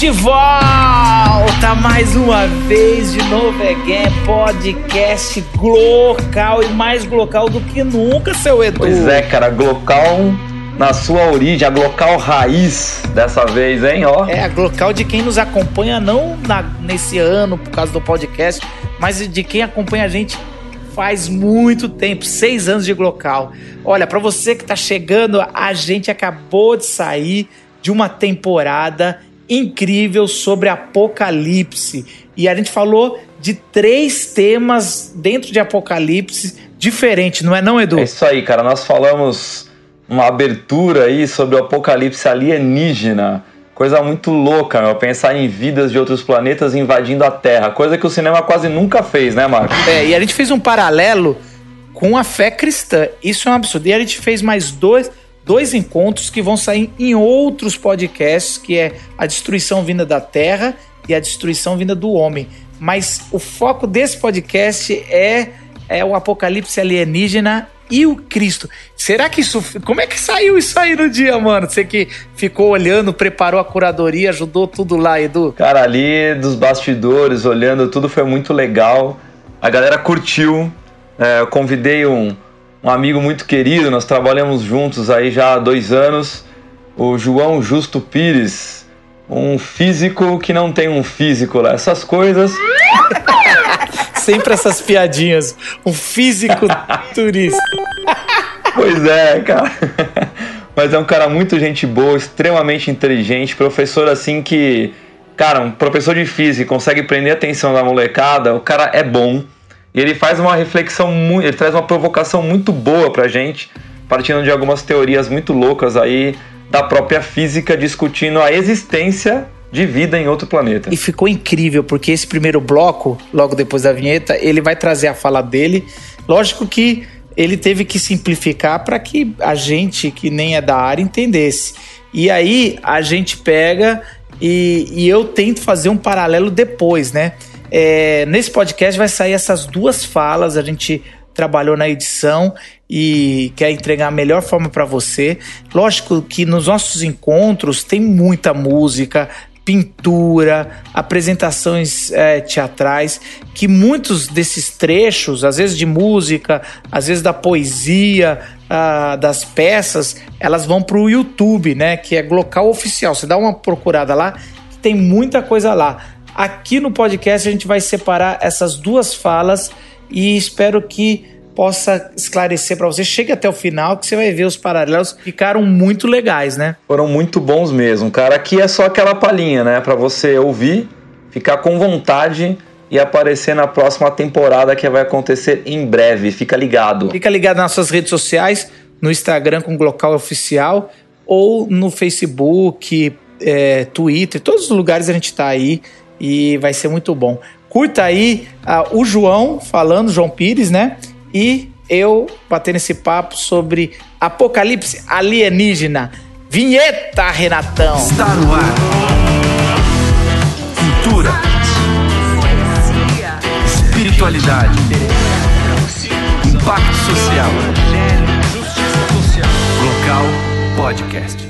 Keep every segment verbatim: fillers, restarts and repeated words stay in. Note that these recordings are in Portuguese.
de volta mais uma vez, de novo again, podcast Glocal e mais Glocal do que nunca, seu Edu. Pois é, cara, Glocal na sua origem, a Glocal raiz dessa vez, hein, ó. É, a Glocal de quem nos acompanha não na, nesse ano por causa do podcast, mas de quem acompanha a gente faz muito tempo, seis anos de Glocal. Olha, pra você que tá chegando, a gente acabou de sair de uma temporada incrível sobre Apocalipse. E a gente falou de três temas dentro de Apocalipse diferentes, não é não, Edu? É isso aí, cara. Nós falamos uma abertura aí sobre o Apocalipse alienígena. Coisa muito louca, meu. Pensar em vidas de outros planetas invadindo a Terra. Coisa que o cinema quase nunca fez, né, Marcos? É, e a gente fez um paralelo com a fé cristã. Isso é um absurdo. E a gente fez mais dois... Dois encontros que vão sair em outros podcasts, que é a destruição vinda da Terra e a destruição vinda do homem. Mas o foco desse podcast é, é o Apocalipse alienígena e o Cristo. Será que isso... Como é que saiu isso aí no dia, mano? Você que ficou olhando, preparou a curadoria, ajudou tudo lá, Edu? Cara, ali dos bastidores, olhando, tudo foi muito legal. A galera curtiu. É, eu convidei um... Um amigo muito querido, nós trabalhamos juntos aí já há dois anos, o João Justo Pires, um físico que não tem um físico lá, essas coisas. Sempre essas piadinhas, um físico turista. Pois é, cara. Mas é um cara muito gente boa, extremamente inteligente, professor assim que... Cara, um professor de física consegue prender a atenção da molecada, o cara é bom. E ele faz uma reflexão, muito, ele traz uma provocação muito boa pra gente, partindo de algumas teorias muito loucas aí da própria física, discutindo a existência de vida em outro planeta. E ficou incrível, porque esse primeiro bloco, logo depois da vinheta, ele vai trazer a fala dele. Lógico que ele teve que simplificar para que a gente, que nem é da área, entendesse. E aí a gente pega e, e eu tento fazer um paralelo depois, né? É, nesse podcast vai sair essas duas falas, a gente trabalhou na edição e quer entregar a melhor forma para você. Lógico que nos nossos encontros tem muita música, pintura, apresentações é, teatrais, que muitos desses trechos, às vezes de música, às vezes da poesia, ah, das peças, elas vão pro YouTube, né, que é Glocal Oficial. Você dá uma procurada lá, que tem muita coisa lá. Aqui no podcast a gente vai separar essas duas falas e espero que possa esclarecer para você. Chegue até o final que você vai ver os paralelos. Ficaram muito legais, né? Foram muito bons mesmo, cara. Aqui é só aquela palhinha, né? Para você ouvir, ficar com vontade e aparecer na próxima temporada que vai acontecer em breve. Fica ligado. Fica ligado nas nossas redes sociais, no Instagram com Glocal Oficial ou no Facebook, é, Twitter, todos os lugares a gente tá aí. E vai ser muito bom. Curta aí uh, o João falando, João Pires, né? E eu batendo esse papo sobre Apocalipse alienígena. Vinheta, Renatão! Está no ar. Cultura. Espiritualidade. Impacto social. Glocal Podcast.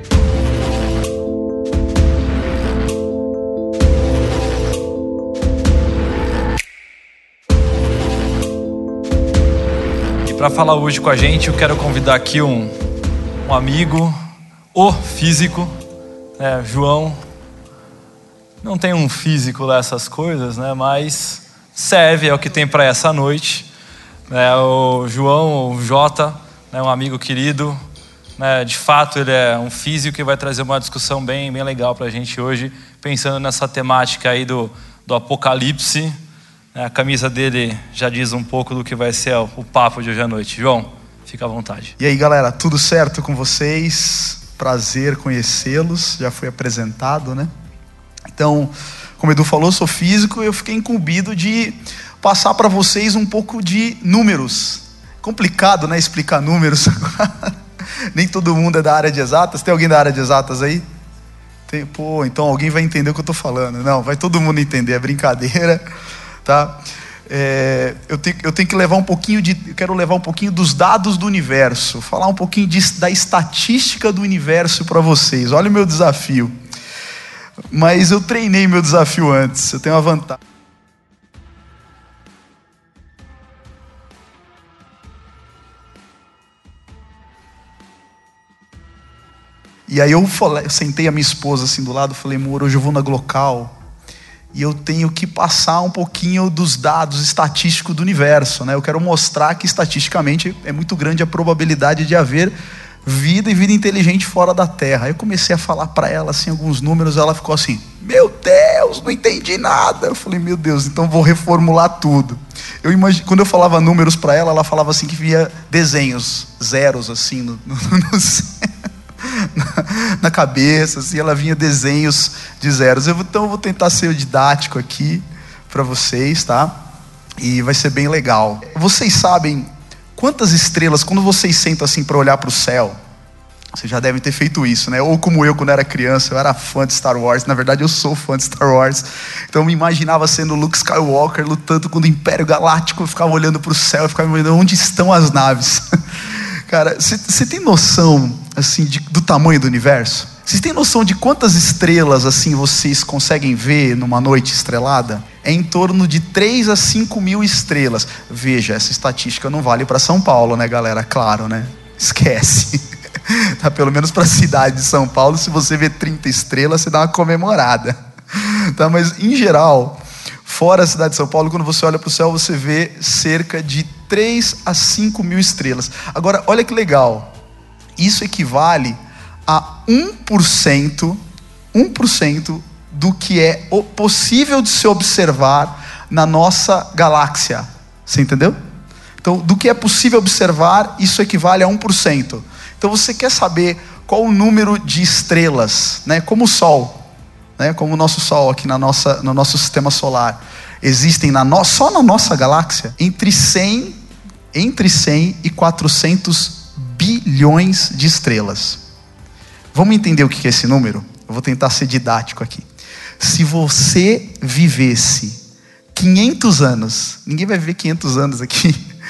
Para falar hoje com a gente, eu quero convidar aqui um, um amigo, o físico, né, João. Não tem um físico lá, essas coisas, né, mas serve, é o que tem para essa noite. É, o João, o Jota, né, um amigo querido, né, de fato ele é um físico que vai trazer uma discussão bem, bem legal para a gente hoje, pensando nessa temática aí do, do Apocalipse. A camisa dele já diz um pouco do que vai ser o papo de hoje à noite. João, fica à vontade. E aí, galera, tudo certo com vocês? Prazer conhecê-los, já fui apresentado, né? Então, como o Edu falou, sou físico e eu fiquei incumbido de passar para vocês um pouco de números. Complicado, né, explicar números. Nem todo mundo é da área de exatas. Tem alguém da área de exatas aí? Tem, pô, então alguém vai entender o que eu tô falando. Não, vai todo mundo entender, é brincadeira. Tá? É, eu, tenho, eu tenho que levar um pouquinho de, eu quero levar um pouquinho dos dados do universo, falar um pouquinho de, da estatística do universo para vocês. Olha o meu desafio. Mas eu treinei meu desafio antes, eu tenho uma vantagem. E aí eu, falei, eu sentei a minha esposa assim do lado, falei, amor, hoje eu vou na Glocal e eu tenho que passar um pouquinho dos dados estatísticos do universo, né? Eu quero mostrar que estatisticamente é muito grande a probabilidade de haver vida e vida inteligente fora da Terra. Aí eu comecei a falar para ela assim alguns números, ela ficou assim, meu Deus, não entendi nada. Eu falei, meu Deus, então vou reformular tudo. Eu imagine, quando eu falava números para ela, ela falava assim que via desenhos, zeros assim no, no, no Na, na cabeça, assim, ela vinha desenhos de zeros. Eu, então eu vou tentar ser didático aqui para vocês, tá? E vai ser bem legal. Vocês sabem quantas estrelas, quando vocês sentam assim para olhar para o céu, vocês já devem ter feito isso, né? Ou como eu, quando era criança, eu era fã de Star Wars. Na verdade, eu sou fã de Star Wars. Então eu me imaginava sendo Luke Skywalker lutando contra o Império Galáctico. Eu ficava olhando para o céu, eu ficava imaginando onde estão as naves. Cara, você tem noção assim de, do tamanho do universo? Vocês têm noção de quantas estrelas assim vocês conseguem ver numa noite estrelada? É em torno de três a cinco mil estrelas. Veja, essa estatística não vale para São Paulo, né, galera? Claro, né? Esquece. Tá, pelo menos para a cidade de São Paulo, se você vê trinta estrelas, você dá uma comemorada. Tá, mas em geral, fora a cidade de São Paulo, quando você olha para o céu, você vê cerca de três a cinco mil estrelas. Agora, olha que legal. Isso equivale a um por cento, um por cento do que é possível de se observar na nossa galáxia. Você entendeu? Então, do que é possível observar, isso equivale a um por cento. Então, você quer saber qual o número de estrelas, né? Como o Sol, né? Como o nosso Sol aqui na nossa, no nosso sistema solar. Existem na no, só na nossa galáxia entre cem, entre cem e quatrocentos bilhões de estrelas. Vamos entender o que é esse número? Eu vou tentar ser didático aqui. Se você vivesse quinhentos anos, ninguém vai viver quinhentos anos aqui.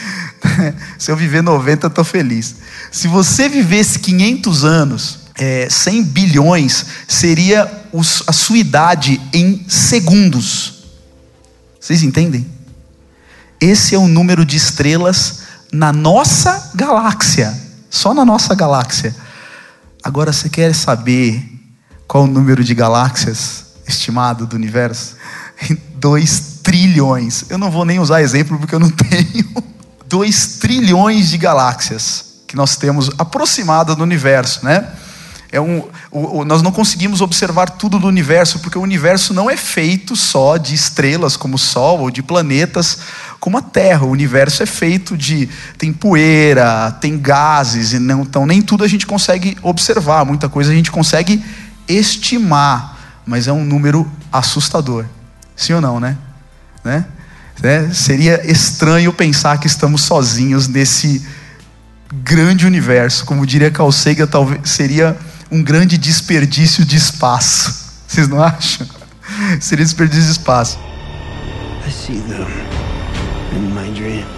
Se eu viver noventa, eu estou feliz. Se você vivesse quinhentos anos, é, cem bilhões seria os, a sua idade em segundos. Vocês entendem? Esse é o número de estrelas na nossa galáxia. Só na nossa galáxia. Agora, você quer saber qual o número de galáxias estimado do universo? dois trilhões. Eu não vou nem usar exemplo porque eu não tenho. dois trilhões de galáxias que nós temos aproximada no universo, né? É um, o, o, nós não conseguimos observar tudo do universo, porque o universo não é feito só de estrelas como o Sol, ou de planetas como a Terra. O universo é feito de, tem poeira, tem gases, e não, então nem tudo a gente consegue observar, muita coisa a gente consegue estimar, mas é um número assustador. Sim ou não, né? né? né? Seria estranho pensar que estamos sozinhos nesse grande universo. Como diria Carl Sagan, talvez seria um grande desperdício de espaço. Vocês não acham? Seria desperdício de espaço. I see them in my dreams.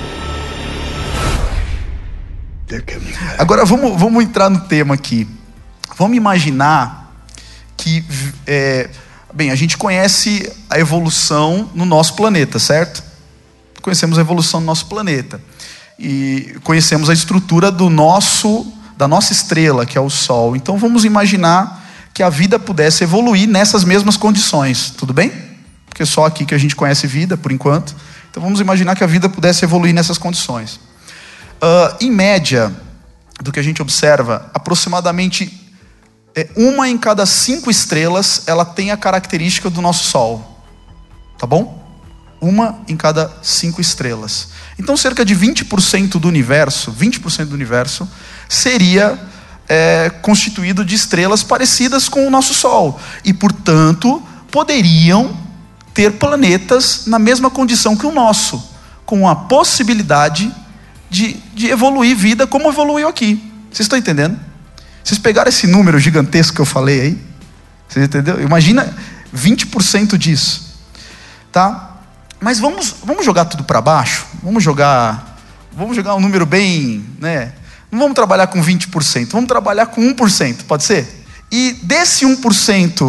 They're coming back. Agora vamos, vamos entrar no tema aqui. Vamos imaginar que é, bem, a gente conhece a evolução no nosso planeta, certo? Conhecemos a evolução no nosso planeta. E conhecemos a estrutura do nosso, da nossa estrela, que é o Sol. Então vamos imaginar que a vida pudesse evoluir nessas mesmas condições, tudo bem? Porque só aqui que a gente conhece vida, por enquanto. Então vamos imaginar que a vida pudesse evoluir nessas condições. Uh, em média, do que a gente observa, aproximadamente é, uma em cada cinco estrelas, ela tem a característica do nosso Sol. Tá bom? Uma em cada cinco estrelas. Então cerca de vinte por cento do universo, vinte por cento do universo, seria é, constituído de estrelas parecidas com o nosso Sol. E portanto, poderiam ter planetas na mesma condição que o nosso, com a possibilidade de, de evoluir vida como evoluiu aqui. Vocês estão entendendo? Vocês pegaram esse número gigantesco que eu falei aí? Vocês entenderam? Imagina vinte por cento disso. Tá? Mas vamos, vamos jogar tudo para baixo? Vamos jogar, vamos jogar um número bem, né? Não vamos trabalhar com vinte por cento, vamos trabalhar com um por cento, pode ser? E desse um por cento,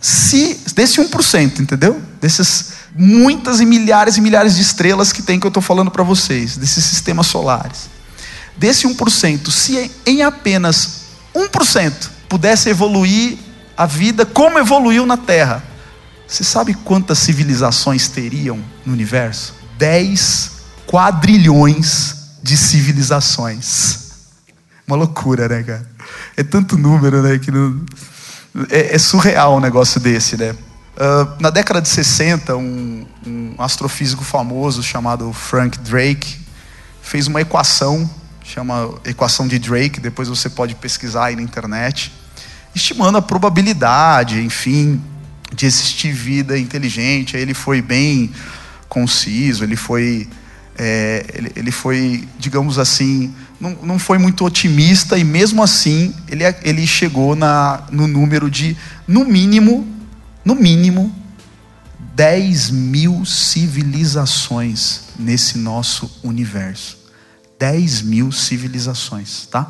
Se, desse um por cento, entendeu? Desses muitas e milhares e milhares de estrelas que tem, que eu estou falando para vocês, desses sistemas solares. Desse um por cento, se em apenas um por cento pudesse evoluir a vida como evoluiu na Terra, você sabe quantas civilizações teriam no universo? dez quadrilhões de civilizações. Uma loucura, né, cara? É tanto número, né, que não... é, é surreal um negócio desse, né? Uh, na década de sessenta, um, um astrofísico famoso chamado Frank Drake fez uma equação, chama equação de Drake, depois você pode pesquisar aí na internet, estimando a probabilidade, enfim, de existir vida inteligente. Aí ele foi bem conciso, ele foi, é, ele, ele foi, digamos assim, não, não foi muito otimista, e mesmo assim ele, ele chegou na, no número de, no mínimo, no mínimo, dez mil civilizações nesse nosso universo. dez mil civilizações, tá?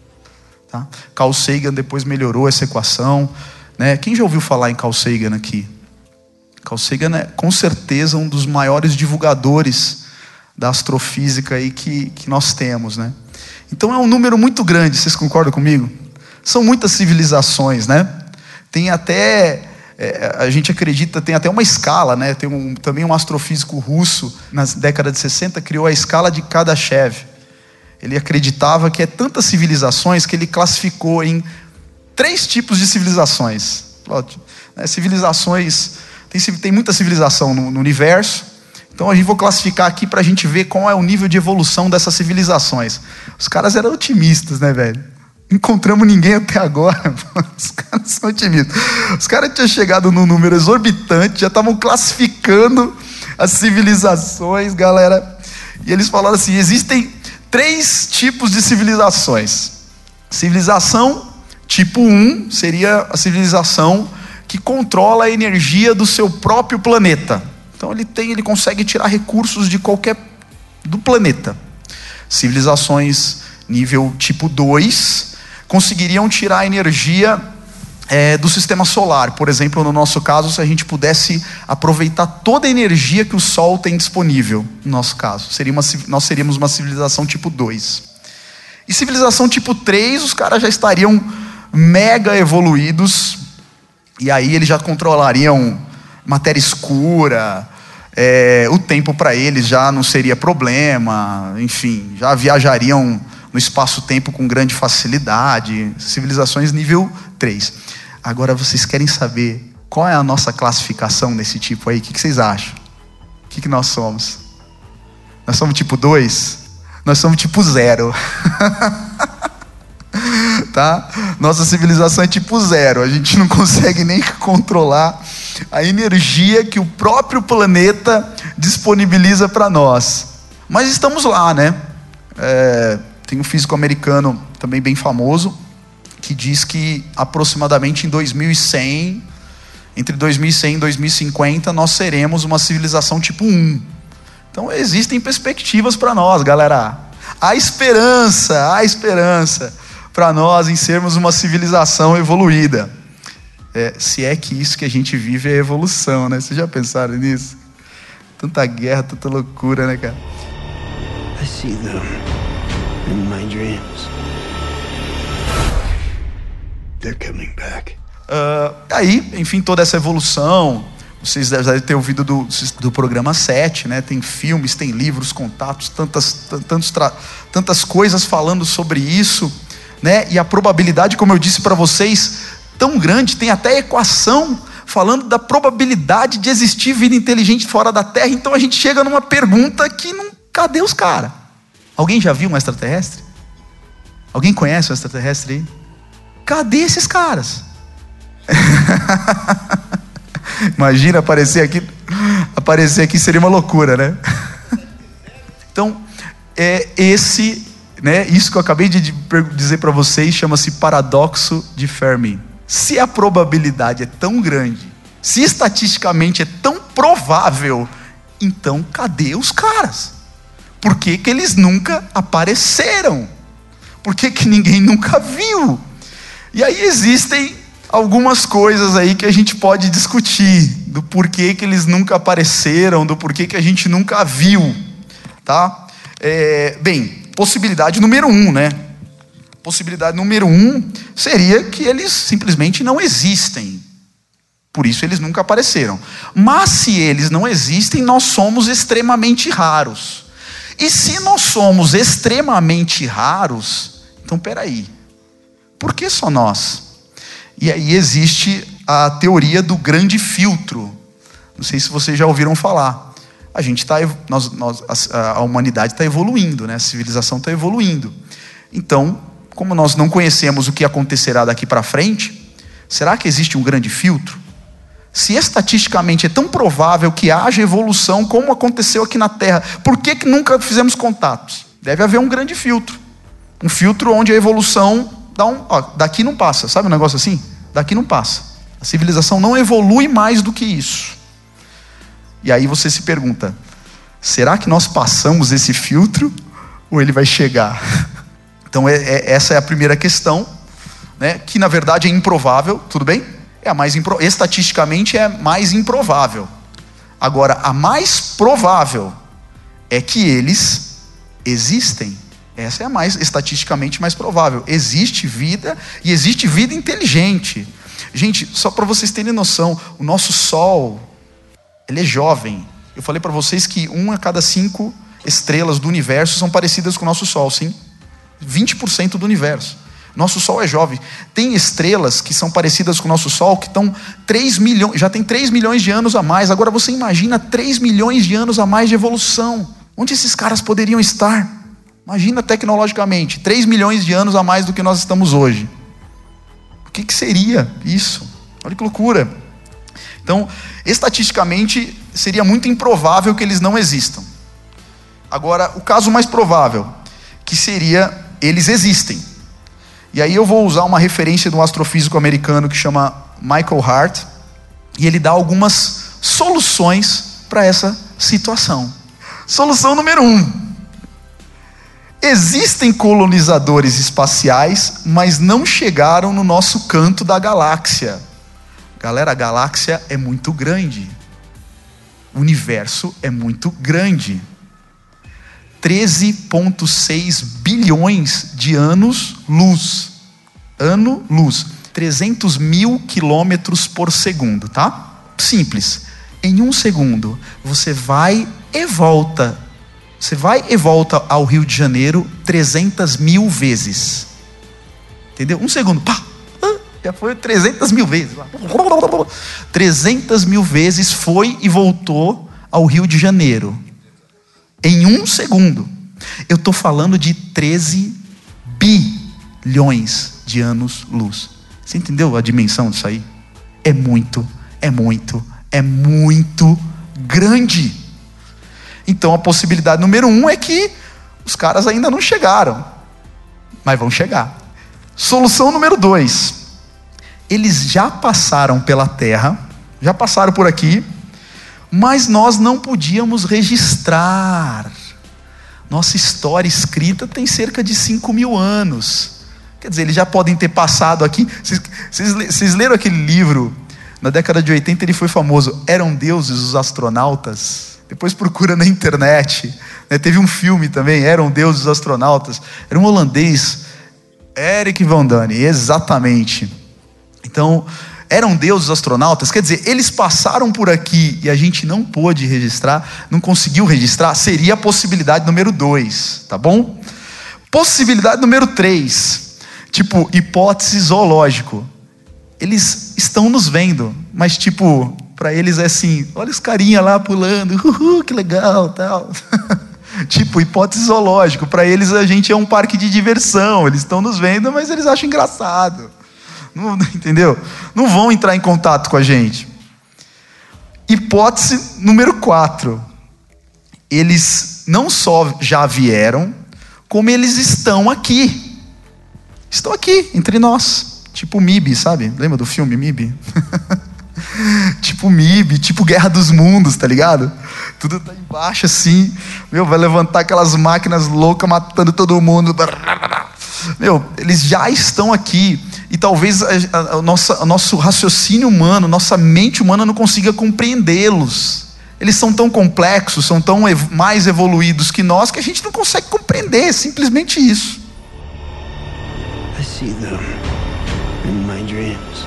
tá? Carl Sagan depois melhorou essa equação, né? Quem já ouviu falar em Carl Sagan aqui? Carl Sagan é com certeza um dos maiores divulgadores da astrofísica aí que, que nós temos, né? Então é um número muito grande, vocês concordam comigo? São muitas civilizações, né? Tem até... É, a gente acredita, tem até uma escala, né? Tem um, também um astrofísico russo, na década de sessenta, criou a escala de Kardashev. Ele acreditava que é tantas civilizações que ele classificou em três tipos de civilizações. Civilizações, tem, tem muita civilização no, no universo, então a gente vai classificar aqui para a gente ver qual é o nível de evolução dessas civilizações. Os caras eram otimistas, né, velho? Encontramos ninguém até agora. Os caras são otimistas. Os caras tinham chegado num número exorbitante, já estavam classificando as civilizações, galera. E eles falaram assim: existem três tipos de civilizações. Civilização tipo um seria a civilização que controla a energia do seu próprio planeta. Então ele tem, ele consegue tirar recursos de qualquer do planeta. Civilizações nível tipo dois conseguiriam tirar a energia é, do sistema solar. Por exemplo, no nosso caso, se a gente pudesse aproveitar toda a energia que o Sol tem disponível, no nosso caso, seria uma, nós seríamos uma civilização tipo dois. E civilização tipo três, os caras já estariam mega evoluídos, e aí eles já controlariam matéria escura, é, o tempo para eles já não seria problema, enfim, já viajariam no espaço-tempo com grande facilidade. Civilizações nível três. Agora vocês querem saber qual é a nossa classificação nesse tipo aí? O que, que vocês acham? O que, que nós somos? Nós somos tipo dois? Nós somos tipo zero. Tá? Nossa civilização é tipo zero. A gente não consegue nem controlar a energia que o próprio planeta disponibiliza para nós. Mas estamos lá, né? É... Tem um físico americano também bem famoso, que diz que aproximadamente em dois mil e cem, entre dois mil e cem e dois mil e cinquenta, nós seremos uma civilização tipo um. Então existem perspectivas para nós, galera. Há esperança, há esperança para nós em sermos uma civilização evoluída. É, se é que isso que a gente vive é evolução, né? Vocês já pensaram nisso? Tanta guerra, tanta loucura, né, cara? I see them. In my dreams. They're coming back. Uh, aí, enfim, toda essa evolução, vocês devem ter ouvido do, do programa sete, né? Tem filmes, tem livros, contatos, tantas, tantos, tantas coisas falando sobre isso, né? E a probabilidade, como eu disse para vocês, tão grande, tem até equação falando da probabilidade de existir vida inteligente fora da Terra. Então a gente chega numa pergunta que não, cadê os caras? Alguém já viu um extraterrestre? Alguém conhece um extraterrestre aí? Cadê esses caras? Imagina aparecer aqui. Aparecer aqui seria uma loucura, né? Então, é esse, né? Isso que eu acabei de dizer para vocês chama-se paradoxo de Fermi. Se a probabilidade é tão grande, se estatisticamente é tão provável, então cadê os caras? Por que que eles nunca apareceram? Por que que ninguém nunca viu? E aí existem algumas coisas aí que a gente pode discutir, do porquê que eles nunca apareceram, do porquê que a gente nunca viu, tá? É, bem, possibilidade número um, né? Possibilidade número um seria que eles simplesmente não existem. Por isso eles nunca apareceram. Mas se eles não existem, nós somos extremamente raros. E se nós somos extremamente raros, então peraí, por que só nós? E aí existe a teoria do grande filtro. Não sei se vocês já ouviram falar. A gente tá, nós, nós, a, a humanidade está evoluindo, né? A civilização está evoluindo. Então, como nós não conhecemos o que acontecerá daqui para frente, será que existe um grande filtro? Se estatisticamente é tão provável que haja evolução como aconteceu aqui na Terra, por que que nunca fizemos contatos? Deve haver um grande filtro. Um filtro onde a evolução dá um, ó, daqui não passa, sabe um negócio assim? Daqui não passa. A civilização não evolui mais do que isso. E aí você se pergunta, será que nós passamos esse filtro ou ele vai chegar? Então é, é, essa é a primeira questão, né, que na verdade é improvável, tudo bem? É a mais impro... Estatisticamente é mais improvável. Agora, a mais provável é que eles existem. Essa é a mais estatisticamente mais provável. Existe vida e existe vida inteligente. Gente, só para vocês terem noção, o nosso Sol, ele é jovem. Eu falei para vocês que uma a cada cinco estrelas do universo são parecidas com o nosso Sol, sim. vinte por cento do universo. Nosso Sol é jovem. Tem estrelas que são parecidas com o nosso Sol que estão três milhões, já tem três milhões de anos a mais. Agora você imagina três milhões de anos a mais de evolução. Onde esses caras poderiam estar? Imagina tecnologicamente, três milhões de anos a mais do que nós estamos hoje. O que que seria isso? Olha que loucura. Então, estatisticamente, seria muito improvável que eles não existam. Agora, o caso mais provável, que seria, eles existem. E aí eu vou usar uma referência de um astrofísico americano que chama Michael Hart, e ele dá algumas soluções para essa situação. Solução número um. Existem colonizadores espaciais, mas não chegaram no nosso canto da galáxia. Galera, a galáxia é muito grande. O universo é muito grande. treze vírgula seis bilhões de anos-luz. Ano-luz. trezentos mil quilômetros por segundo, tá? Simples. Em um segundo, você vai e volta. Você vai e volta ao Rio de Janeiro trezentas mil vezes. Entendeu? Um segundo. Pá! Já foi trezentas mil vezes. trezentas mil vezes foi e voltou ao Rio de Janeiro. Em um segundo. Eu estou falando de treze bilhões de anos-luz. Você entendeu a dimensão disso aí? É muito, é muito, é muito grande. Então a possibilidade número um é que os caras ainda não chegaram. Mas vão chegar. Solução número dois. Eles já passaram pela Terra, já passaram por aqui, mas nós não podíamos registrar. Nossa história escrita tem cerca de cinco mil anos. Quer dizer, eles já podem ter passado aqui. Vocês, vocês, vocês leram aquele livro? Na década de oitenta ele foi famoso. Eram deuses os astronautas? Depois procura na internet. Né? Teve um filme também, Eram deuses os astronautas. Era um holandês, Eric Van Dane, exatamente. Então, eram deuses astronautas, quer dizer, eles passaram por aqui e a gente não pôde registrar, não conseguiu registrar, seria a possibilidade número dois, tá bom? Possibilidade número três, tipo, hipótese zoológico. Eles estão nos vendo, mas tipo, para eles é assim, olha os carinha lá pulando, uhul, que legal, tal. Tipo, hipótese zoológico, para eles a gente é um parque de diversão, eles estão nos vendo, mas eles acham engraçado. Não, entendeu? Não vão entrar em contato com a gente. Hipótese número quatro. Eles não só já vieram, como eles estão aqui. Estão aqui, entre nós. Tipo M I B, sabe? Lembra do filme M I B? Tipo M I B, tipo Guerra dos Mundos, tá ligado? Tudo tá embaixo assim. Meu, vai levantar aquelas máquinas loucas matando todo mundo. Meu, eles já estão aqui. e talvez a, a, a nossa, o nosso raciocínio humano, nossa mente humana não consiga compreendê-los. Eles são tão complexos, são tão ev- mais evoluídos que nós, que a gente não consegue compreender, simplesmente isso. I see them in my dreams.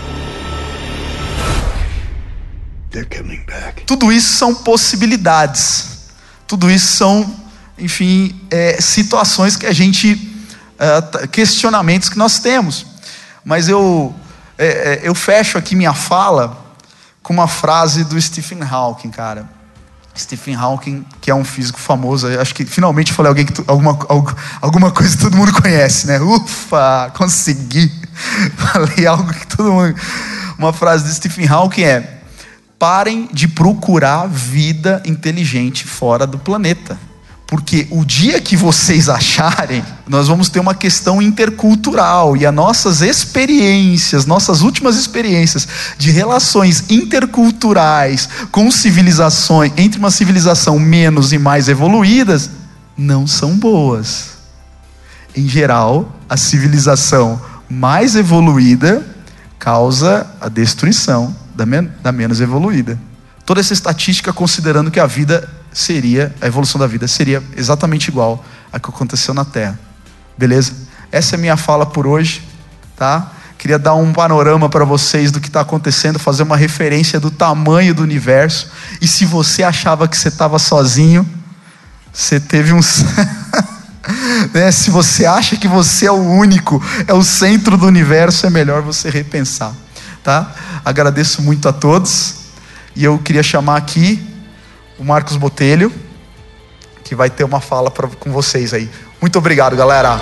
They're coming back. Tudo isso são possibilidades. Tudo isso são, enfim, é, situações que a gente, é, questionamentos que nós temos. Mas eu, é, eu fecho aqui minha fala com uma frase do Stephen Hawking, cara. Stephen Hawking, que é um físico famoso. Eu acho que finalmente eu falei alguém que tu, alguma, alguma coisa que todo mundo conhece, né? Ufa, consegui. Falei algo que todo mundo... Uma frase do Stephen Hawking é: parem de procurar vida inteligente fora do planeta. Porque o dia que vocês acharem, nós vamos ter uma questão intercultural. E as nossas experiências, nossas últimas experiências de relações interculturais com civilizações, entre uma civilização menos e mais evoluídas, não são boas. Em geral, a civilização mais evoluída causa a destruição da, men- da menos evoluída. Toda essa estatística considerando que a vida seria, a evolução da vida seria exatamente igual a que aconteceu na Terra. Beleza? Essa é a minha fala por hoje, tá? Queria dar um panorama para vocês do que está acontecendo, fazer uma referência do tamanho do universo. E se você achava que você estava sozinho, você teve uns... né? Se você acha que você é o único, é o centro do universo, é melhor você repensar, tá? Agradeço muito a todos. E eu queria chamar aqui o Marcos Botelho, que vai ter uma fala pra, com vocês aí. Muito obrigado, galera.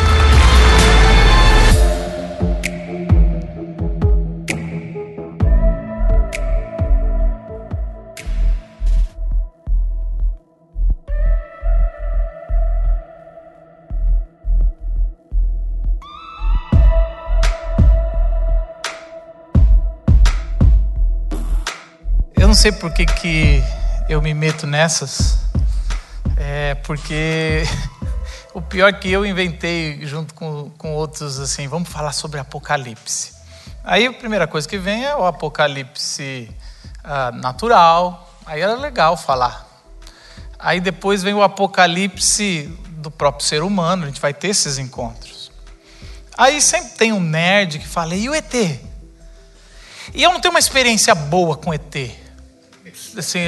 Eu não sei por que, que eu me meto nessas, é porque o pior é que eu inventei junto com, com outros assim, vamos falar sobre Apocalipse. Aí a primeira coisa que vem é o Apocalipse ah, natural, aí era legal falar. Aí depois vem o Apocalipse do próprio ser humano, a gente vai ter esses encontros. Aí sempre tem um nerd que fala, e o E T? E eu não tenho uma experiência boa com E T. Assim,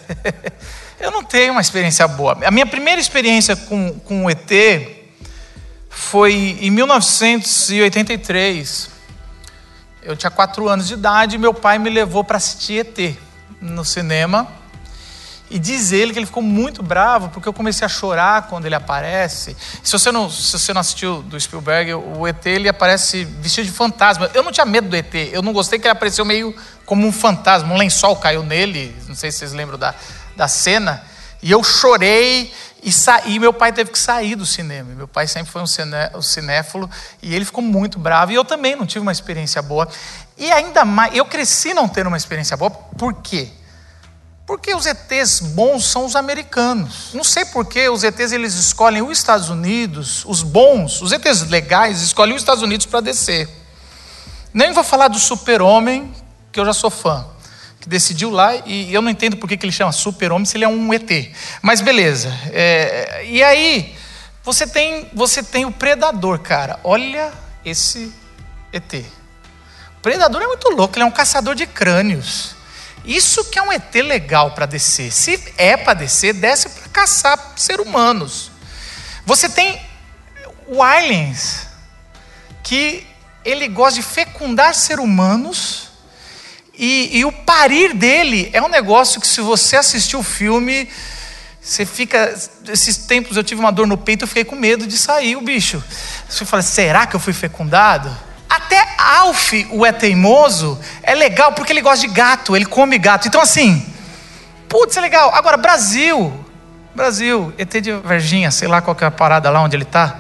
eu não tenho uma experiência boa. A minha primeira experiência com, com o E T foi em mil novecentos e oitenta e três. Eu tinha quatro anos de idade e meu pai me levou para assistir E T no cinema. E diz ele que ele ficou muito bravo porque eu comecei a chorar quando ele aparece. Se você não, se você não assistiu do Spielberg, o E T ele aparece vestido de fantasma. Eu não tinha medo do E T, eu não gostei que ele apareceu meio como um fantasma. Um lençol caiu nele, não sei se vocês lembram da, da cena. E eu chorei e saí. Meu pai teve que sair do cinema. Meu pai sempre foi um, ciné, um cinéfilo e ele ficou muito bravo. E eu também não tive uma experiência boa. E ainda mais, eu cresci não tendo uma experiência boa. Por quê? Porque os E Tês bons são os americanos. Não sei por que os E Tês eles escolhem os Estados Unidos, os bons, os E Tês legais escolhem os Estados Unidos para descer. Nem vou falar do Super-Homem, que eu já sou fã, que decidiu lá, e eu não entendo por que ele chama Super-Homem se ele é um E T. Mas beleza. É, e aí, você tem, você tem o Predador, cara. Olha esse E T. O Predador é muito louco, ele é um caçador de crânios. Isso que é um E T legal para descer. Se é para descer, desce para caçar seres humanos. Você tem o Aliens, que ele gosta de fecundar seres humanos, e, e o parir dele é um negócio que, se você assistir o filme, você fica... Esses tempos eu tive uma dor no peito, eu fiquei com medo de sair o bicho. Você fala, será que eu fui fecundado? Até Alf, o é teimoso, é legal porque ele gosta de gato, ele come gato. Então assim, putz, é legal. Agora, Brasil, Brasil, E T de Varginha, sei lá qual que é a parada lá onde ele tá.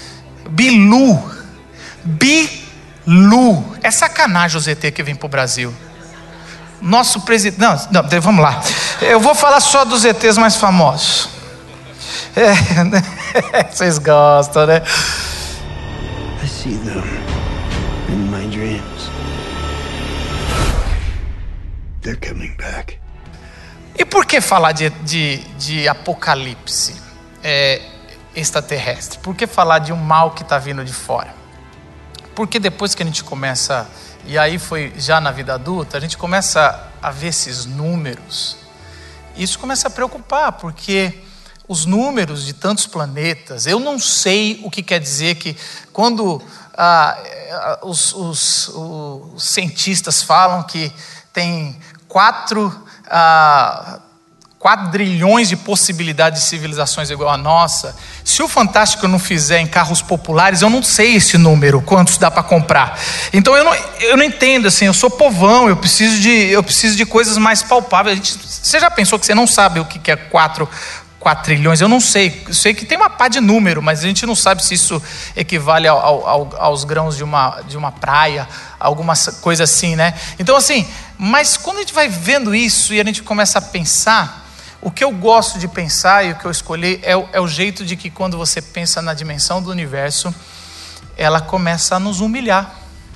Bilu, Bilu. É sacanagem os E T que vem pro Brasil. Nosso presidente... Não, não, vamos lá. Eu vou falar só dos E Tês mais famosos. É, né? Vocês gostam, né? I see them in my dreams. They're coming back. E por que falar de, de, de apocalipse é, extraterrestre? Por que falar de um mal que está vindo de fora? Porque depois que a gente começa, e aí foi já na vida adulta, a gente começa a ver esses números. Isso começa a preocupar, porque os números de tantos planetas, eu não sei o que quer dizer que quando ah, os, os, os cientistas falam que tem quatro, ah, quadrilhões de possibilidades de civilizações igual a nossa. Se o Fantástico não fizer em carros populares, eu não sei esse número, quantos dá para comprar. Então eu não, eu não entendo, assim, eu sou povão, eu preciso de, eu preciso de coisas mais palpáveis. A gente, você já pensou que você não sabe o que é quatro quatrilhões? Eu não sei, eu sei que tem uma pá de número, mas a gente não sabe se isso equivale ao, ao, aos grãos de uma, de uma praia, alguma coisa assim, né? Então assim, mas quando a gente vai vendo isso e a gente começa a pensar, o que eu gosto de pensar e o que eu escolhi é o, é o jeito de que quando você pensa na dimensão do universo, ela começa a nos humilhar.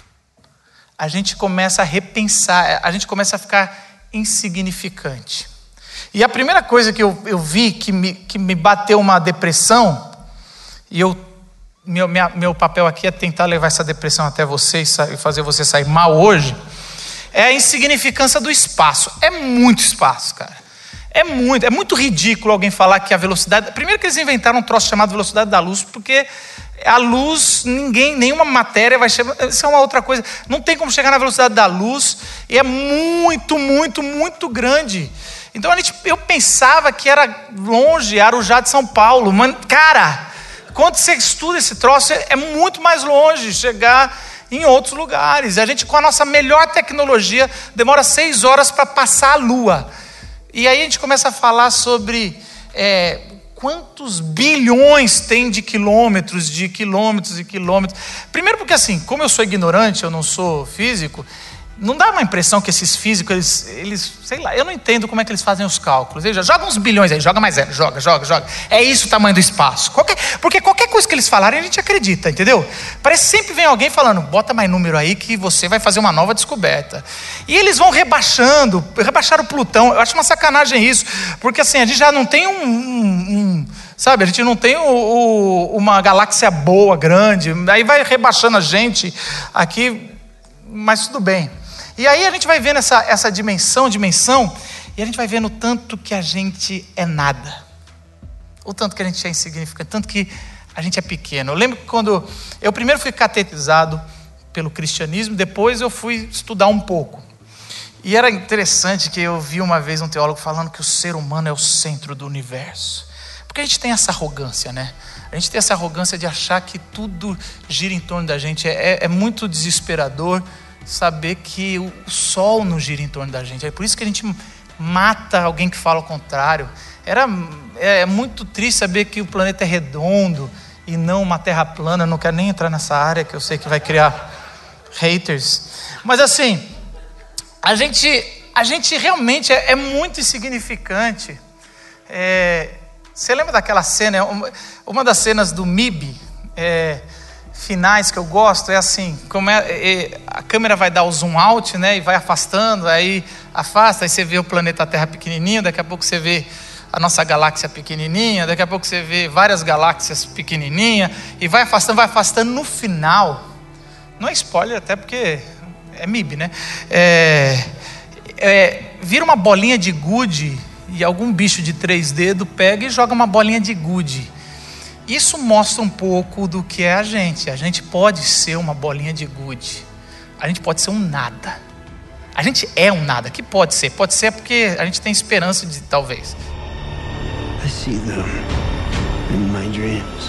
A gente começa a repensar, a gente começa a ficar insignificante. E a primeira coisa que eu, eu vi que me, que me bateu uma depressão, e eu, meu, minha, meu papel aqui é tentar levar essa depressão até você e fazer você sair mal hoje, é a insignificância do espaço. É muito espaço, cara. É muito, é muito ridículo alguém falar que a velocidade... Primeiro que eles inventaram um troço chamado velocidade da luz, porque a luz, ninguém, nenhuma matéria vai chegar... Isso é uma outra coisa. Não tem como chegar na velocidade da luz, e é muito, muito, muito grande. Então a gente, eu pensava que era longe, Arujá de São Paulo. Mas, cara, quando você estuda esse troço, é muito mais longe chegar em outros lugares. A gente, com a nossa melhor tecnologia, demora seis horas para passar a Lua. E aí a gente começa a falar sobre é, quantos bilhões tem de quilômetros, de quilômetros e quilômetros. Primeiro porque assim, como eu sou ignorante, eu não sou físico, não dá uma impressão que esses físicos, eles, eles, sei lá, eu não entendo como é que eles fazem os cálculos. Eles jogam uns bilhões aí, joga mais zero, joga, joga, joga. É isso o tamanho do espaço. Qualquer, porque qualquer coisa que eles falarem, a gente acredita, entendeu? Parece que sempre vem alguém falando, bota mais número aí que você vai fazer uma nova descoberta. E eles vão rebaixando, rebaixaram o Plutão. Eu acho uma sacanagem isso, porque assim, a gente já não tem um... um, um sabe, a gente não tem o, o, uma galáxia boa, grande, aí vai rebaixando a gente aqui, mas tudo bem. E aí a gente vai vendo essa, essa dimensão, dimensão, e a gente vai vendo o tanto que a gente é nada. O tanto que a gente é insignificante, tanto que a gente é pequeno. Eu lembro que quando eu primeiro fui catequizado pelo cristianismo, depois eu fui estudar um pouco. E era interessante que eu vi uma vez um teólogo falando que o ser humano é o centro do universo. Porque a gente tem essa arrogância, né? A gente tem essa arrogância de achar que tudo gira em torno da gente. É, é muito desesperador saber que o sol não gira em torno da gente. É por isso que a gente mata alguém que fala o contrário. Era, é muito triste saber que o planeta é redondo e não uma terra plana. Eu não quero nem entrar nessa área que eu sei que vai criar haters. Mas assim, a gente, a gente realmente é, é muito insignificante. É, você lembra daquela cena? Uma, uma das cenas do M I B, é, finais que eu gosto, é assim, como é, é, a câmera vai dar o zoom out, né, e vai afastando, aí afasta, aí você vê o planeta Terra pequenininho, daqui a pouco você vê a nossa galáxia pequenininha, daqui a pouco você vê várias galáxias pequenininhas, e vai afastando, vai afastando, no final, não é spoiler até porque é M I B, né, é, é, vira uma bolinha de gude, e algum bicho de três dedos pega e joga uma bolinha de gude. Isso mostra um pouco do que é a gente. A gente pode ser uma bolinha de gude. A gente pode ser um nada. A gente é um nada. Que pode ser? Pode ser porque a gente tem esperança de talvez. I see them in my dreams.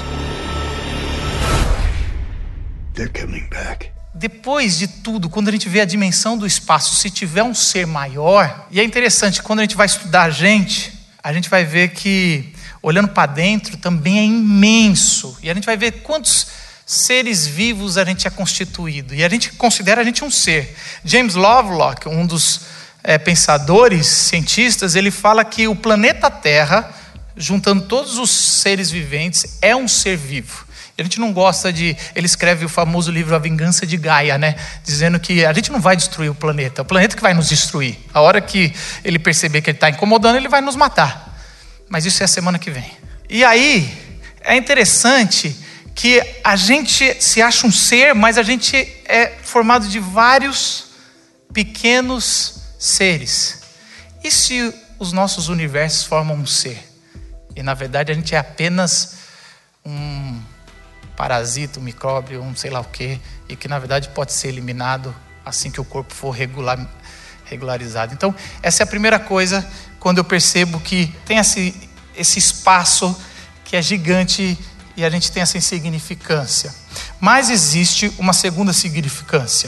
They're coming back. Depois de tudo, quando a gente vê a dimensão do espaço, se tiver um ser maior, e é interessante, quando a gente vai estudar a gente, a gente vai ver que olhando para dentro, também é imenso. E a gente vai ver quantos seres vivos a gente é constituído. E a gente considera a gente um ser. James Lovelock, um dos é, pensadores, cientistas, ele fala que o planeta Terra, juntando todos os seres viventes, é um ser vivo. A gente não gosta de... Ele escreve o famoso livro A Vingança de Gaia, né? Dizendo que a gente não vai destruir o planeta. É o planeta que vai nos destruir. A hora que ele perceber que ele está incomodando, ele vai nos matar. Mas isso é a semana que vem. E aí, é interessante que a gente se acha um ser, mas a gente é formado de vários pequenos seres. E se os nossos universos formam um ser? E na verdade a gente é apenas um parasita, um micróbio, um sei lá o quê, e que na verdade pode ser eliminado assim que o corpo for regular, regularizado. Então essa é a primeira coisa, quando eu percebo que tem esse, esse espaço que é gigante e a gente tem essa insignificância. Mas existe uma segunda significância.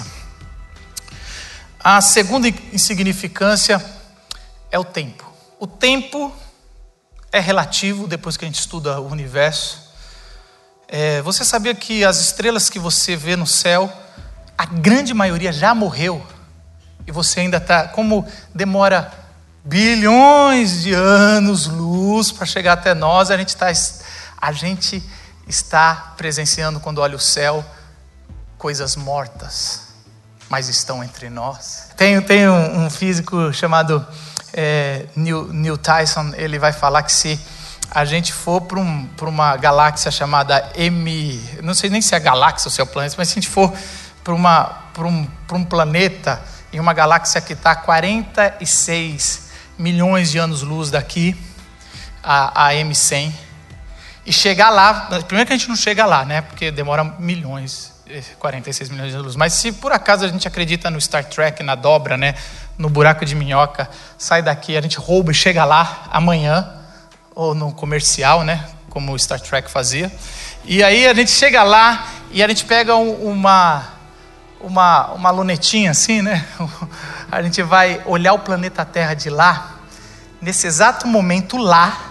A segunda insignificância é o tempo. O tempo é relativo depois que a gente estuda o universo. É, você sabia que as estrelas que você vê no céu, a grande maioria já morreu? E você ainda está... Como demora bilhões de anos-luz para chegar até nós, a gente está, a gente está presenciando, quando olha o céu, coisas mortas, mas estão entre nós. Tem, tem um, um físico chamado é, Neil, Neil Tyson, ele vai falar que se a gente for para um, para uma galáxia chamada M... Não sei nem se é galáxia ou se é o planeta, mas se a gente for para, uma, para, um, para um planeta em uma galáxia que está a quarenta e seis milhões de anos-luz daqui, a, a M cem, e chegar lá... Primeiro que a gente não chega lá, né? Porque demora milhões, quarenta e seis milhões de anos-luz. Mas se por acaso a gente acredita no Star Trek, na dobra, né? No buraco de minhoca, sai daqui, a gente rouba e chega lá amanhã, ou no comercial, né? Como o Star Trek fazia. E aí a gente chega lá e a gente pega um, uma, uma, uma lunetinha assim, né? A gente vai olhar o planeta Terra de lá. Nesse exato momento lá,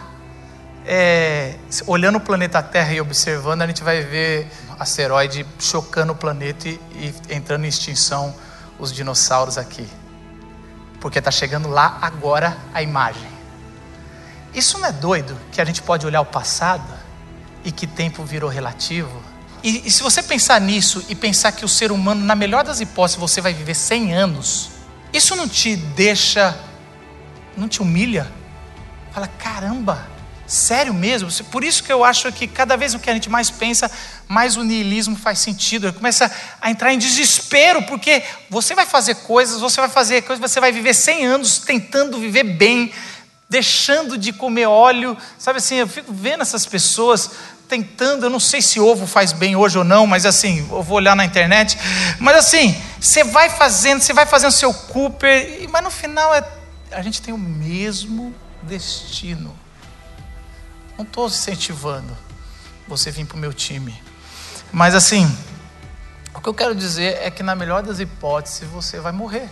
é, olhando o planeta Terra e observando, a gente vai ver asteroide chocando o planeta e, e entrando em extinção os dinossauros aqui. Porque está chegando lá agora a imagem. Isso não é doido que a gente pode olhar o passado e que tempo virou relativo? E, e se você pensar nisso e pensar que o ser humano, na melhor das hipóteses, você vai viver cem anos, isso não te deixa, não te humilha? Fala, caramba, sério mesmo? Por isso que eu acho que cada vez o que a gente mais pensa, mais o niilismo faz sentido. Começa a entrar em desespero, porque você vai fazer coisas, você vai fazer coisas, você vai viver cem anos tentando viver bem, deixando de comer óleo, sabe assim, eu fico vendo essas pessoas tentando, eu não sei se ovo faz bem hoje ou não, mas assim, eu vou olhar na internet, mas assim, você vai fazendo, você vai fazendo seu Cooper, mas no final é, a gente tem o mesmo destino. Não estou incentivando você vir para o meu time, mas assim, o que eu quero dizer é que na melhor das hipóteses você vai morrer,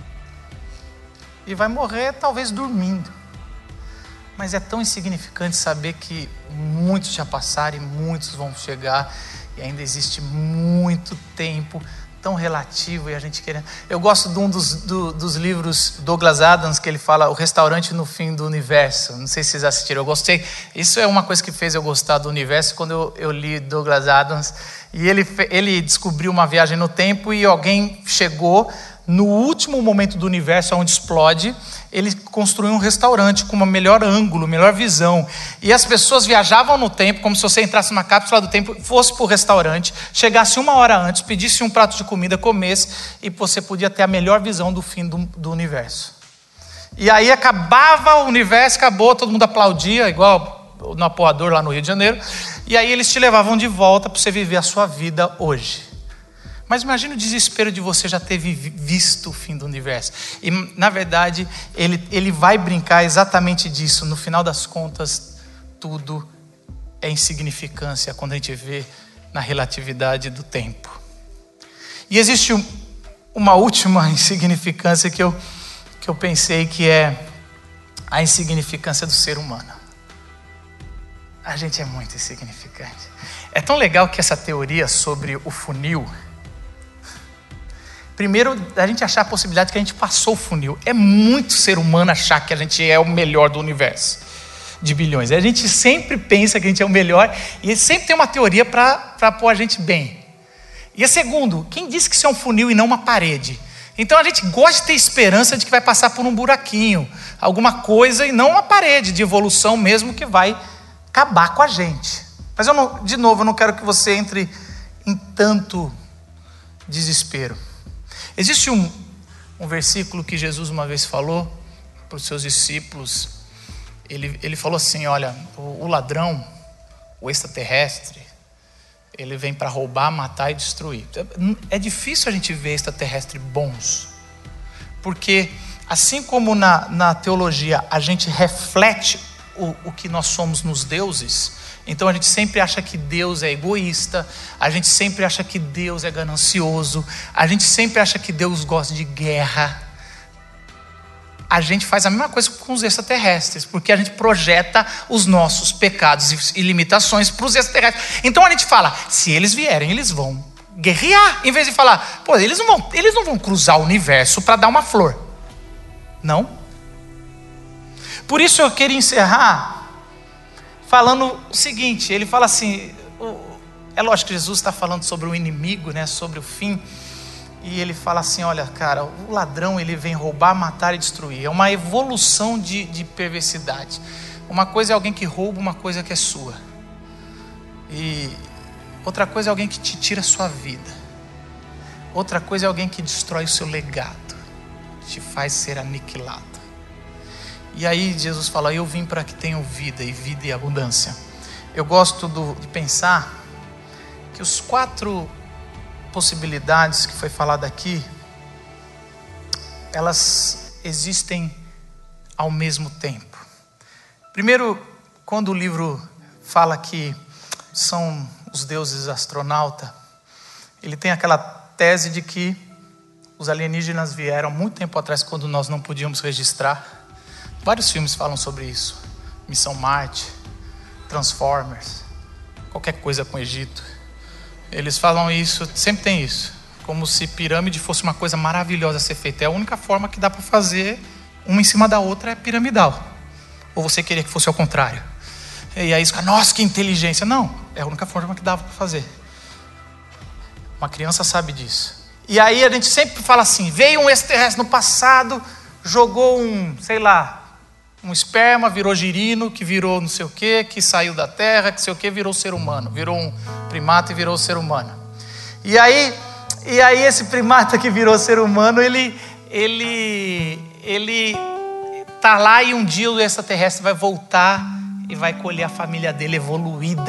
e vai morrer talvez dormindo. Mas é tão insignificante saber que muitos já passaram e muitos vão chegar, e ainda existe muito tempo tão relativo e a gente querendo... Eu gosto de um dos, do, dos livros Douglas Adams, que ele fala O Restaurante no Fim do Universo. Não sei se vocês assistiram, eu gostei. Isso é uma coisa que fez eu gostar do universo, quando eu, eu li Douglas Adams, e ele, ele descobriu uma viagem no tempo e alguém chegou no último momento do universo, onde explode, ele construiu um restaurante com uma melhor ângulo, melhor visão. E as pessoas viajavam no tempo, como se você entrasse numa cápsula do tempo, fosse para o restaurante, chegasse uma hora antes, pedisse um prato de comida, comesse, e você podia ter a melhor visão do fim do, do universo. E aí acabava o universo, acabou, todo mundo aplaudia, igual no Apoador lá no Rio de Janeiro. E aí eles te levavam de volta para você viver a sua vida hoje. Mas imagine o desespero de você já ter visto o fim do universo. E, na verdade, ele, ele vai brincar exatamente disso. No final das contas, tudo é insignificância quando a gente vê na relatividade do tempo. E existe um, uma última insignificância que eu, que eu pensei que é a insignificância do ser humano. A gente é muito insignificante. É tão legal que essa teoria sobre o funil... Primeiro, a gente achar a possibilidade que a gente passou o funil. É muito ser humano achar que a gente é o melhor do universo. de bilhões. A gente sempre pensa que a gente é o melhor e sempre tem uma teoria para pôr a gente bem. E a segundo, quem disse que isso é um funil e não uma parede? Então a gente gosta de ter esperança de que vai passar por um buraquinho, alguma coisa e não uma parede de evolução mesmo que vai acabar com a gente. Mas eu não, de novo, eu não quero que você entre em tanto desespero. Existe um, um versículo que Jesus uma vez falou para os seus discípulos. Ele, ele falou assim, olha, o, o ladrão, o extraterrestre, ele vem para roubar, matar e destruir. É difícil a gente ver extraterrestres bons, porque assim como na, na teologia a gente reflete o, o que nós somos nos deuses, então a gente sempre acha que Deus é egoísta, a gente sempre acha que Deus é ganancioso, a gente sempre acha que Deus gosta de guerra. A gente faz a mesma coisa com os extraterrestres, porque a gente projeta os nossos pecados e limitações para os extraterrestres. Então a gente fala, se eles vierem, eles vão guerrear, em vez de falar, pô, eles não vão, eles não vão cruzar o universo para dar uma flor. Não. Por isso eu queria encerrar falando o seguinte, ele fala assim, é lógico que Jesus está falando sobre o inimigo, né, sobre o fim. E ele fala assim, olha cara, o ladrão ele vem roubar, matar e destruir. É uma evolução de, de perversidade. Uma coisa é alguém que rouba, uma coisa que é sua. E outra coisa é alguém que te tira a sua vida. Outra coisa é alguém que destrói o seu legado. Te faz ser aniquilado. E aí Jesus fala, eu vim para que tenham vida e vida e abundância. Eu gosto do, de pensar que os quatro possibilidades que foi falada aqui, elas existem ao mesmo tempo. Primeiro, quando o livro fala que são os deuses astronauta, ele tem aquela tese de que os alienígenas vieram muito tempo atrás, quando nós não podíamos registrar. Vários filmes falam sobre isso. Missão Marte, Transformers, qualquer coisa com o Egito. Eles falam isso, sempre tem isso, como se pirâmide fosse uma coisa maravilhosa a ser feita. É a única forma que dá para fazer uma em cima da outra é piramidal. Ou você queria que fosse ao contrário? E aí, nossa, que inteligência. Não, é a única forma que dava para fazer. Uma criança sabe disso. E aí a gente sempre fala assim, veio um extraterrestre no passado, jogou um, sei lá, um esperma, virou girino, que virou não sei o que, que saiu da terra, que sei o que, virou ser humano. Virou um primata e virou ser humano. E aí, e aí esse primata que virou ser humano, ele, ele, ele tá lá e um dia o extraterrestre vai voltar e vai colher a família dele evoluída.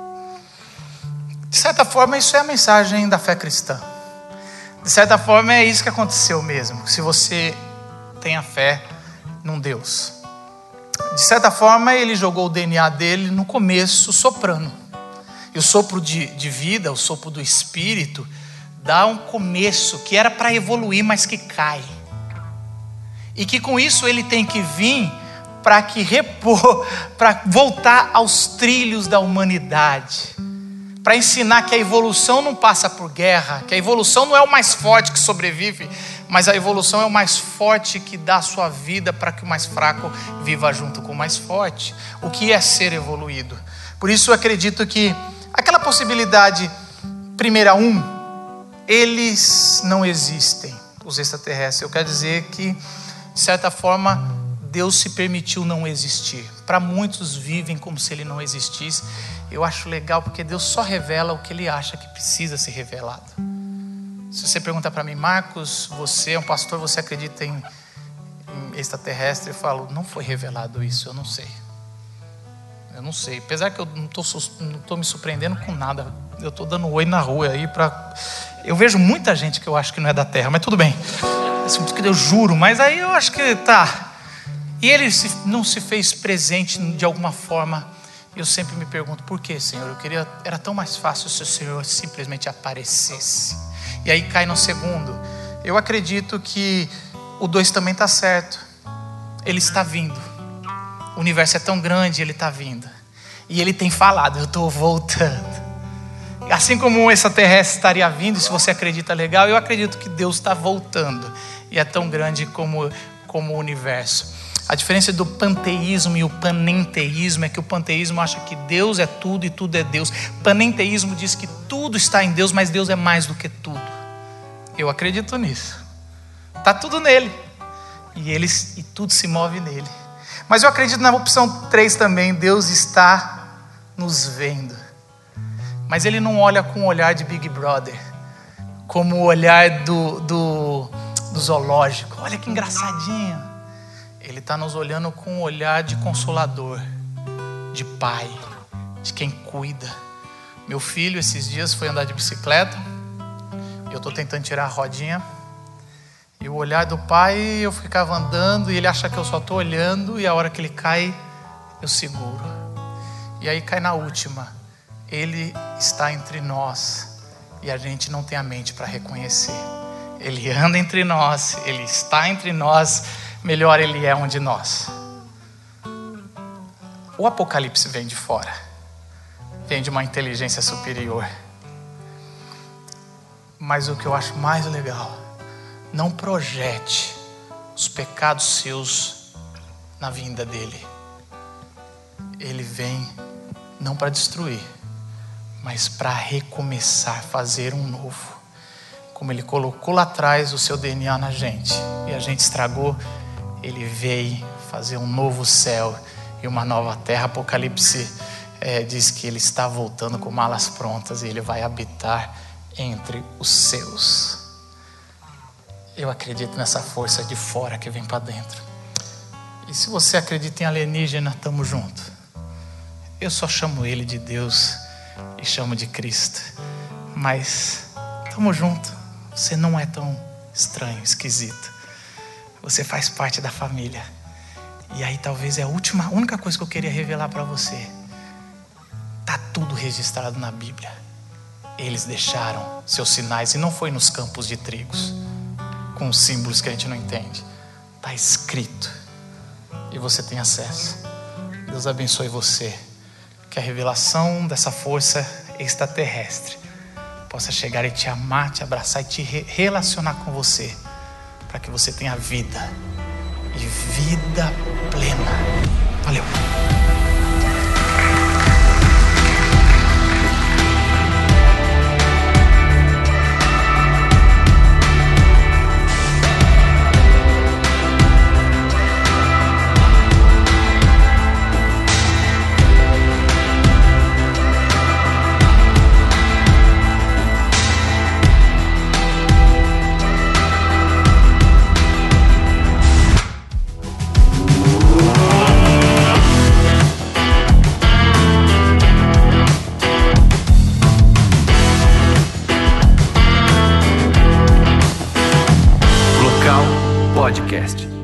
De certa forma, isso é a mensagem da fé cristã. De certa forma, é isso que aconteceu mesmo. Se você tem a fé num Deus. De certa forma, ele jogou o D N A dele no começo soprando. E o sopro de, de vida, o sopro do Espírito, dá um começo que era para evoluir, mas que cai. E que com isso ele tem que vir para que repor, para voltar aos trilhos da humanidade. Para ensinar que a evolução não passa por guerra, que a evolução não é o mais forte que sobrevive, mas a evolução é o mais forte que dá a sua vida para que o mais fraco viva junto com o mais forte. O que é ser evoluído? Por isso eu acredito que aquela possibilidade primeira um, eles não existem, os extraterrestres. Eu quero dizer que, de certa forma, Deus se permitiu não existir. Para muitos vivem como se ele não existisse. Eu acho legal porque Deus só revela o que ele acha que precisa ser revelado. Se você perguntar para mim, Marcos, você é um pastor, você acredita em, em extraterrestre? Eu falo, não foi revelado isso, eu não sei. Eu não sei. Apesar que eu não estou não tô me surpreendendo com nada. Eu estou dando oi na rua aí para... Eu vejo muita gente que eu acho que não é da Terra, mas tudo bem. Eu juro, mas aí eu acho que tá. E ele se, não se fez presente de alguma forma. Eu sempre me pergunto, por que, Senhor? Eu queria, era tão mais fácil se o Senhor simplesmente aparecesse. E aí cai no segundo. Eu acredito que o dois também está certo. Ele está vindo. O universo é tão grande, ele está vindo. E ele tem falado, eu estou voltando. Assim como um extraterrestre estaria vindo, se você acredita legal, eu acredito que Deus está voltando. E é tão grande como, como o universo. A diferença do panteísmo e o panenteísmo é que o panteísmo acha que Deus é tudo e tudo é Deus. Panenteísmo diz que tudo está em Deus, mas Deus é mais do que tudo. Eu acredito nisso. Está tudo nele. E, ele, e tudo se move nele. Mas eu acredito na opção três também. Deus está nos vendo. Mas ele não olha com o olhar de Big Brother, como o olhar do, do, do zoológico. Olha que engraçadinho. Ele está nos olhando com um olhar de consolador, de pai, de quem cuida. Meu filho esses dias foi andar de bicicleta. Eu estou tentando tirar a rodinha. E o olhar do pai, eu ficava andando e ele acha que eu só estou olhando. E a hora que ele cai, eu seguro. E aí cai na última. Ele está entre nós e a gente não tem a mente para reconhecer. Ele anda entre nós, ele está entre nós. Melhor ele é um de nós. O Apocalipse vem de fora. Vem de uma inteligência superior. Mas o que eu acho mais legal, não projete os pecados seus na vinda dele. Ele vem não para destruir, mas para recomeçar, fazer um novo. Como ele colocou lá atrás o seu D N A na gente e a gente estragou, ele veio fazer um novo céu e uma nova terra. Apocalipse é, diz que ele está voltando com malas prontas e ele vai habitar entre os seus. Eu acredito nessa força de fora que vem para dentro. E se você acredita em alienígena, estamos juntos. Eu só chamo ele de Deus e chamo de Cristo. Mas estamos juntos. Você não é tão estranho, esquisito. Você faz parte da família. E aí talvez é a última, a única coisa que eu queria revelar para você. Está tudo registrado na Bíblia. Eles deixaram seus sinais e não foi nos campos de trigos, com símbolos que a gente não entende. Está escrito. E você tem acesso. Deus abençoe você. Que a revelação dessa força extraterrestre possa chegar e te amar, te abraçar e te re- relacionar com você, para que você tenha vida e vida plena. Valeu. Podcast.